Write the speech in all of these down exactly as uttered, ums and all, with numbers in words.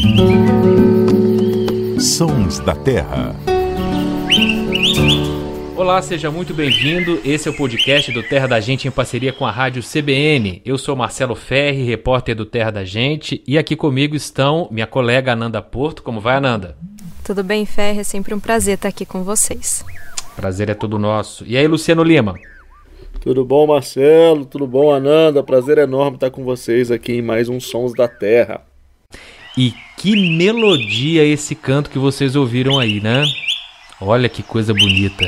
Sons da Terra. Olá, seja muito bem-vindo. Esse é o podcast do Terra da Gente em parceria com a Rádio C B N. Eu sou Marcelo Ferri, repórter do Terra da Gente, e aqui comigo estão minha colega Ananda Porto. Como vai, Ananda? Tudo bem, Ferri? É sempre um prazer estar aqui com vocês. Prazer é todo nosso. E aí, Luciano Lima? Tudo bom, Marcelo? Tudo bom, Ananda? Prazer enorme estar com vocês aqui em mais um Sons da Terra. E que melodia esse canto que vocês ouviram aí, né? Olha que coisa bonita.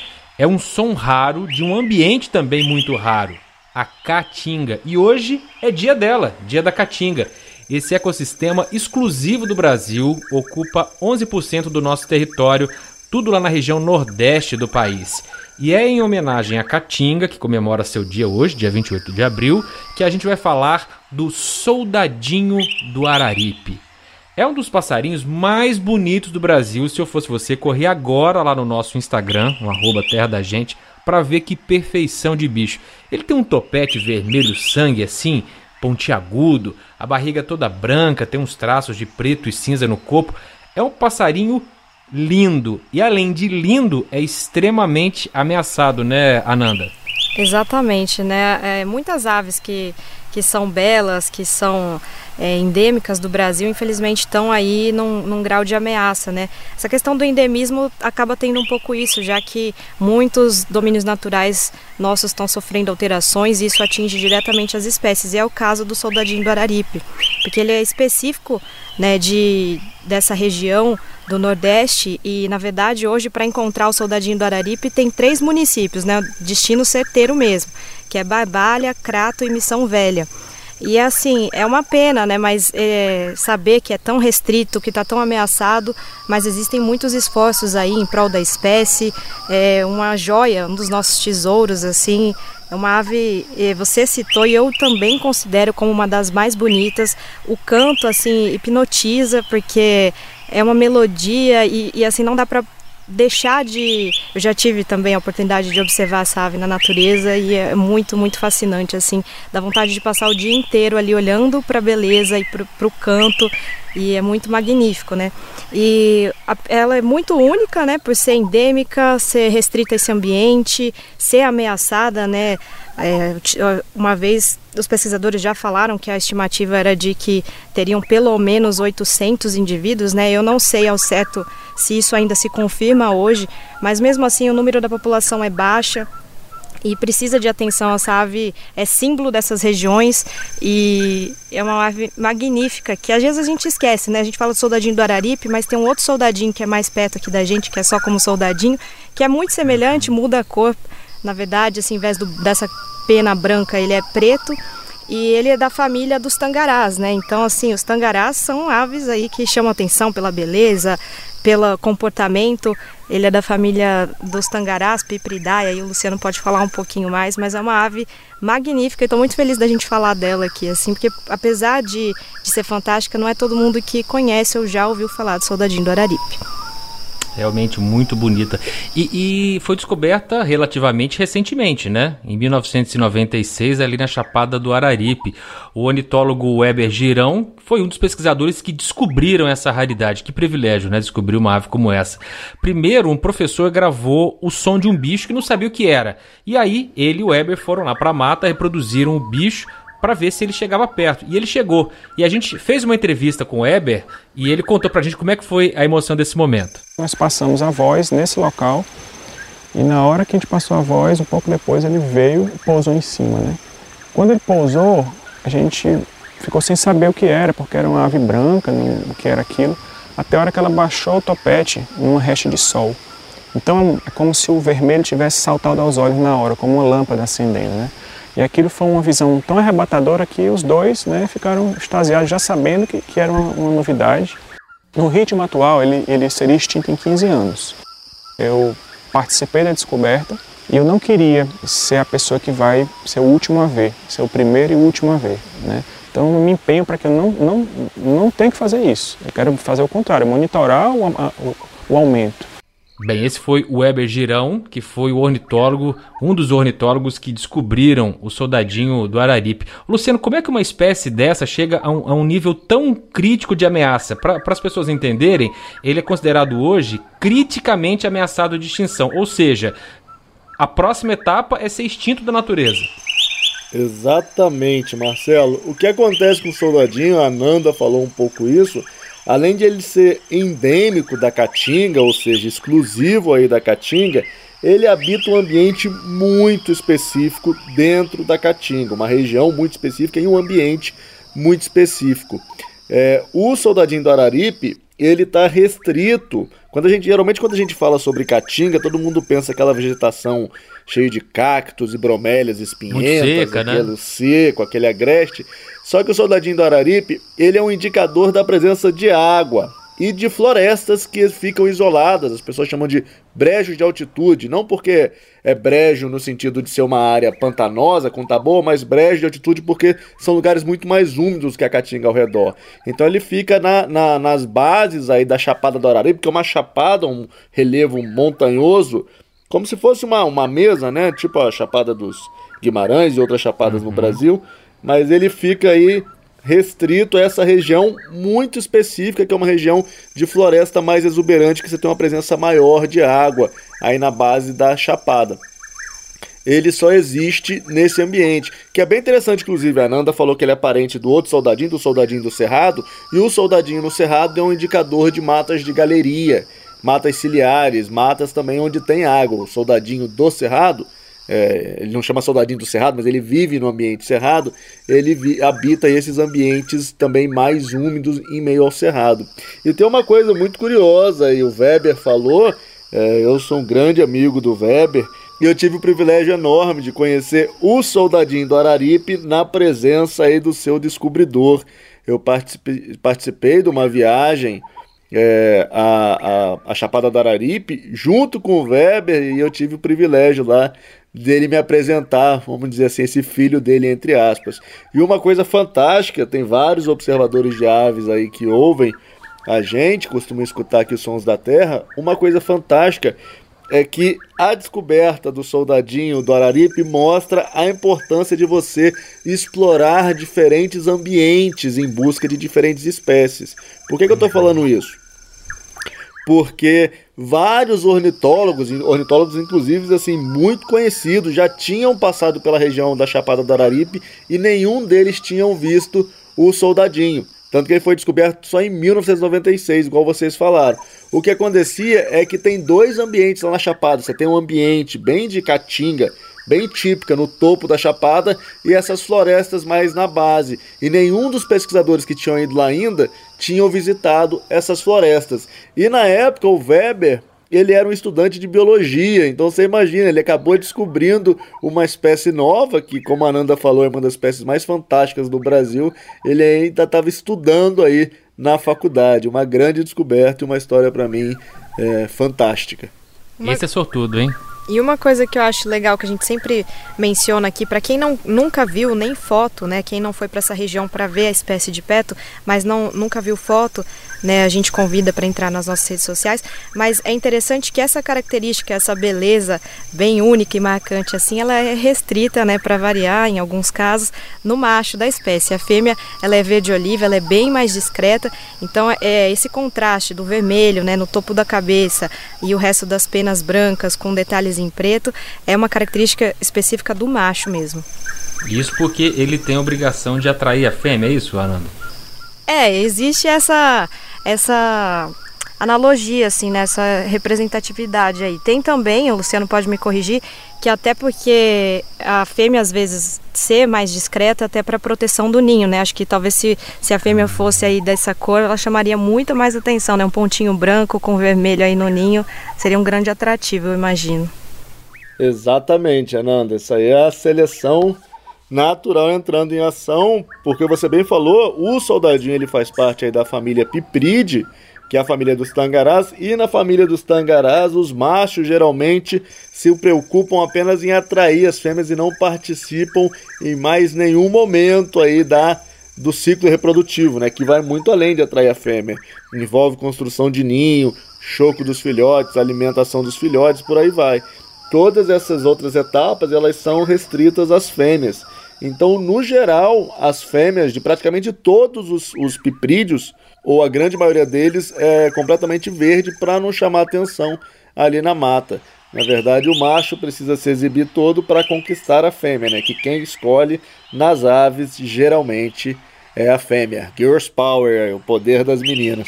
É um som raro de um ambiente também muito raro, a caatinga. E hoje é dia dela, dia da caatinga. Esse ecossistema exclusivo do Brasil ocupa onze por cento do nosso território, tudo lá na região nordeste do país. E é em homenagem à caatinga, que comemora seu dia hoje, dia vinte e oito de abril, que a gente vai falar do soldadinho do Araripe. É um dos passarinhos mais bonitos do Brasil. Se eu fosse você, correr agora lá no nosso Instagram, no arroba Terra da Gente, para ver que perfeição de bicho. Ele tem um topete vermelho sangue assim, pontiagudo, a barriga toda branca, tem uns traços de preto e cinza no corpo. É um passarinho lindo. E além de lindo, é extremamente ameaçado, né, Ananda? Exatamente, né? É, muitas aves que, que são belas, que são é, endêmicas do Brasil, infelizmente estão aí num, num grau de ameaça, né? Essa questão do endemismo acaba tendo um pouco isso, já que muitos domínios naturais nossos estão sofrendo alterações e isso atinge diretamente as espécies. E é o caso do soldadinho do Araripe, porque ele é específico, né, de, dessa região do Nordeste e, na verdade, hoje para encontrar o soldadinho do Araripe tem três municípios, né, destino certeiro mesmo, que é Barbalha, Crato e Missão Velha. E assim, é uma pena, né, mas é, saber que é tão restrito, que está tão ameaçado, mas existem muitos esforços aí em prol da espécie, é uma joia, um dos nossos tesouros, assim. É uma ave, você citou, e eu também considero como uma das mais bonitas. O canto, assim, hipnotiza, porque é uma melodia e, e assim, não dá para deixar de... Eu já tive também a oportunidade de observar essa ave na natureza e é muito, muito fascinante, assim. Dá vontade de passar o dia inteiro ali olhando para a beleza e para o canto, e é muito magnífico, né? E a, ela é muito única, né? Por ser endêmica, ser restrita a esse ambiente, ser ameaçada, né? É, uma vez os pesquisadores já falaram que a estimativa era de que teriam pelo menos oitocentos indivíduos, né? Eu não sei ao certo se isso ainda se confirma hoje, mas mesmo assim o número da população é baixa e precisa de atenção. Essa ave é símbolo dessas regiões e é uma ave magnífica que às vezes a gente esquece, né? A gente fala do soldadinho do Araripe, mas tem um outro soldadinho que é mais perto aqui da gente, que é só como soldadinho, que é muito semelhante, muda a cor. Na verdade, assim, ao invés do, dessa pena branca, ele é preto e ele é da família dos tangarás, né? Então, assim, os tangarás são aves aí que chamam atenção pela beleza, pelo comportamento. Ele é da família dos tangarás, Pipridae, aí o Luciano pode falar um pouquinho mais, mas é uma ave magnífica e estou muito feliz da gente falar dela aqui, assim, porque apesar de, de ser fantástica, não é todo mundo que conhece ou já ouviu falar do soldadinho do Araripe. Realmente muito bonita. E, e foi descoberta relativamente recentemente, né? Em mil novecentos e noventa e seis, ali na Chapada do Araripe. O ornitólogo Weber Girão foi um dos pesquisadores que descobriram essa raridade. Que privilégio, né? Descobrir uma ave como essa. Primeiro, um professor gravou o som de um bicho que não sabia o que era. E aí, ele e o Weber foram lá para a mata, reproduziram o bicho para ver se ele chegava perto. E ele chegou. E a gente fez uma entrevista com o Weber e ele contou pra gente como é que foi a emoção desse momento. Nós passamos a voz nesse local e na hora que a gente passou a voz, um pouco depois ele veio e pousou em cima, né? Quando ele pousou, a gente ficou sem saber o que era, porque era uma ave branca, não, o que era aquilo, até a hora que ela baixou o topete numa resta de sol. Então é como se o vermelho tivesse saltado aos olhos na hora, como uma lâmpada acendendo, né? E aquilo foi uma visão tão arrebatadora que os dois, né, ficaram extasiados, já sabendo que, que era uma, uma novidade. No ritmo atual, ele, ele seria extinto em quinze anos. Eu participei da descoberta e eu não queria ser a pessoa que vai ser o último a ver, ser o primeiro e o último a ver, né? Então eu me empenho para que eu não, não, não tenha que fazer isso. Eu quero fazer o contrário, monitorar o, o, o aumento. Bem, esse foi o Weber Girão, que foi o ornitólogo, um dos ornitólogos que descobriram o soldadinho do Araripe. Luciano, como é que uma espécie dessa chega a um, a um nível tão crítico de ameaça? Para as pessoas entenderem, ele é considerado hoje criticamente ameaçado de extinção, ou seja, a próxima etapa é ser extinto da natureza. Exatamente, Marcelo. O que acontece com o soldadinho, a Nanda falou um pouco isso, além de ele ser endêmico da Caatinga, ou seja, exclusivo aí da Caatinga, ele habita um ambiente muito específico dentro da Caatinga, uma região muito específica em um ambiente muito específico. É, o soldadinho do Araripe, ele está restrito. Quando a gente, geralmente quando a gente fala sobre Caatinga, todo mundo pensa aquela vegetação cheia de cactos e bromélias espinhentas, seca, aquele né? seco, aquele agreste. Só que o soldadinho do Araripe, ele é um indicador da presença de água e de florestas que ficam isoladas. As pessoas chamam de brejos de altitude, não porque é brejo no sentido de ser uma área pantanosa com taboa, mas brejo de altitude porque são lugares muito mais úmidos que a Caatinga ao redor. Então ele fica na, na, nas bases aí da Chapada do Araripe, que é uma chapada, um relevo montanhoso, como se fosse uma, uma mesa, né? Tipo a Chapada dos Guimarães e outras chapadas uhum. no Brasil, mas ele fica aí restrito a essa região muito específica, que é uma região de floresta mais exuberante, que você tem uma presença maior de água aí na base da chapada. Ele só existe nesse ambiente, que é bem interessante, inclusive. A Nanda falou que ele é parente do outro soldadinho, do soldadinho do Cerrado, e o soldadinho no Cerrado é um indicador de matas de galeria, matas ciliares, matas também onde tem água. O soldadinho do Cerrado, É, ele não chama soldadinho do Cerrado, mas ele vive no ambiente cerrado, ele vi, habita esses ambientes também mais úmidos em meio ao cerrado. E tem uma coisa muito curiosa, e o Weber falou, é, eu sou um grande amigo do Weber, e eu tive o privilégio enorme de conhecer o soldadinho do Araripe na presença aí do seu descobridor. Eu participei, participei de uma viagem É, a, a, a Chapada do Araripe, junto com o Weber, e eu tive o privilégio lá dele me apresentar, vamos dizer assim, esse filho dele, entre aspas. E uma coisa fantástica, tem vários observadores de aves aí que ouvem a gente, costumam escutar aqui os Sons da Terra. Uma coisa fantástica é que a descoberta do soldadinho do Araripe mostra a importância de você explorar diferentes ambientes em busca de diferentes espécies. Por que que eu estou falando isso? Porque vários ornitólogos, ornitólogos inclusive assim, muito conhecidos, já tinham passado pela região da Chapada do Araripe e nenhum deles tinham visto o soldadinho. Tanto que ele foi descoberto só em mil novecentos e noventa e seis, igual vocês falaram. O que acontecia é que tem dois ambientes lá na Chapada. Você tem um ambiente bem de caatinga, bem típica no topo da Chapada, e essas florestas mais na base. E nenhum dos pesquisadores que tinham ido lá ainda tinham visitado essas florestas. E na época o Weber, ele era um estudante de biologia, então você imagina, ele acabou descobrindo uma espécie nova, que como a Nanda falou, é uma das espécies mais fantásticas do Brasil. Ele ainda estava estudando aí na faculdade, uma grande descoberta e uma história para mim é, fantástica. Uma... Esse é sortudo, hein? E uma coisa que eu acho legal, que a gente sempre menciona aqui, para quem não, nunca viu nem foto, né, quem não foi para essa região para ver a espécie de perto, mas não, nunca viu foto, né, a gente convida para entrar nas nossas redes sociais, mas é interessante que essa característica, essa beleza bem única e marcante assim, ela é restrita, né, para variar em alguns casos, no macho da espécie. A fêmea, ela é verde oliva, ela é bem mais discreta, então é esse contraste do vermelho, né, no topo da cabeça e o resto das penas brancas com detalhes em preto, é uma característica específica do macho mesmo. Isso porque ele tem a obrigação de atrair a fêmea, é isso, Ananda? É, existe essa, essa analogia, assim, nessa representatividade aí. Tem também, o Luciano pode me corrigir, que até porque a fêmea às vezes ser mais discreta até para proteção do ninho, né? Acho que talvez se, se a fêmea fosse aí dessa cor, ela chamaria muito mais atenção, né? Um pontinho branco com vermelho aí no ninho seria um grande atrativo, eu imagino. Exatamente, Ananda. Isso aí é a seleção natural entrando em ação, porque você bem falou, o soldadinho ele faz parte aí da família Pipride, que é a família dos tangarás, e na família dos tangarás os machos geralmente se preocupam apenas em atrair as fêmeas e não participam em mais nenhum momento aí da, do ciclo reprodutivo, né, que vai muito além de atrair a fêmea. Envolve construção de ninho, choco dos filhotes, alimentação dos filhotes, por aí vai. Todas essas outras etapas, elas são restritas às fêmeas. Então, no geral, as fêmeas de praticamente todos os, os piprídeos, ou a grande maioria deles, é completamente verde para não chamar atenção ali na mata. Na verdade, o macho precisa se exibir todo para conquistar a fêmea, né? Que quem escolhe nas aves, geralmente, é a fêmea. Girls Power, o poder das meninas.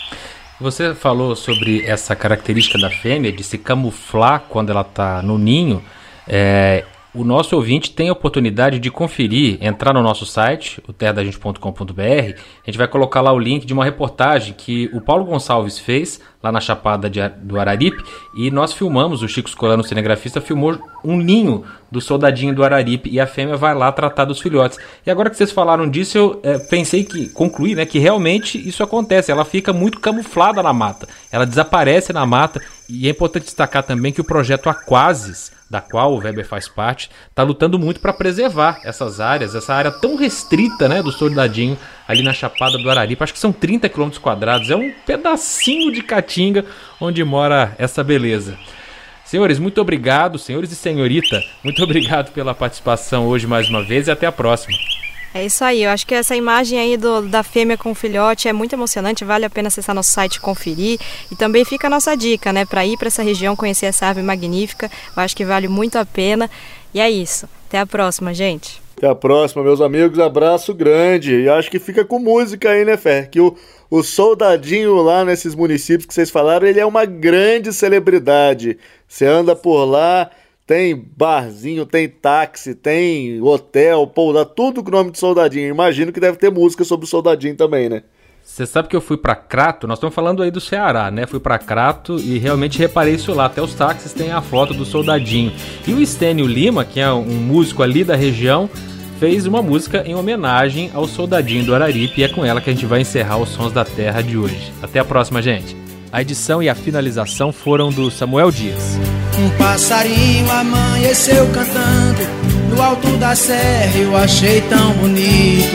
Você falou sobre essa característica da fêmea de se camuflar quando ela está no ninho. É, o nosso ouvinte tem a oportunidade de conferir, entrar no nosso site, o terra da gente ponto com ponto b r. A gente vai colocar lá o link de uma reportagem que o Paulo Gonçalves fez lá na Chapada de, do Araripe, e nós filmamos, o Chico Scolano, cinegrafista, filmou um ninho do soldadinho do Araripe, e a fêmea vai lá tratar dos filhotes. E agora que vocês falaram disso, eu é, pensei que, concluí, né, que realmente isso acontece, ela fica muito camuflada na mata, ela desaparece na mata, e é importante destacar também que o projeto Aquasis, da qual o Weber faz parte, está lutando muito para preservar essas áreas, essa área tão restrita, né, do soldadinho ali na Chapada do Araripe. Acho que são trinta quilômetros quadrados, é um pedacinho de Caatinga onde mora essa beleza. Senhores, muito obrigado, senhores e senhorita, muito obrigado pela participação hoje mais uma vez e até a próxima. É isso aí, eu acho que essa imagem aí do, da fêmea com o filhote é muito emocionante, vale a pena acessar nosso site e conferir. E também fica a nossa dica, né, para ir para essa região, conhecer essa ave magnífica, eu acho que vale muito a pena. E é isso, até a próxima, gente. Até a próxima, meus amigos, abraço grande. E acho que fica com música aí, né, Fer? Que o, o soldadinho lá nesses municípios que vocês falaram, ele é uma grande celebridade. Você anda por lá, tem barzinho, tem táxi, tem hotel, pô, dá tudo com o nome de soldadinho. Imagino que deve ter música sobre o soldadinho também, né? Você sabe que eu fui pra Crato, nós estamos falando aí do Ceará, né? Fui pra Crato e realmente reparei isso lá. Até os táxis têm a foto do soldadinho. E o Estênio Lima, que é um músico ali da região, fez uma música em homenagem ao soldadinho do Araripe, e é com ela que a gente vai encerrar os Sons da Terra de hoje. Até a próxima, gente. A edição e a finalização foram do Samuel Dias. Um passarinho amanheceu cantando no alto da serra, eu achei tão bonito.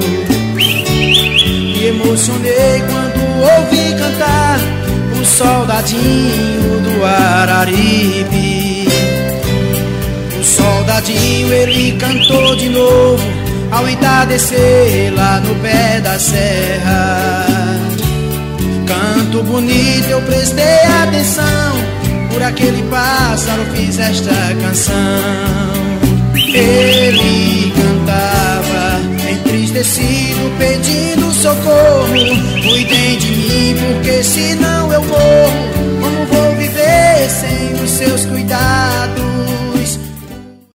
Me emocionei quando ouvi cantar o soldadinho do Araripe. O soldadinho ele cantou de novo ao entardecer lá no pé da serra. Canto bonito, eu prestei atenção, por aquele pássaro fiz esta canção. Ele cantava entristecido, pedindo socorro, cuidem de mim, porque senão eu morro. Como vou viver sem os seus cuidados?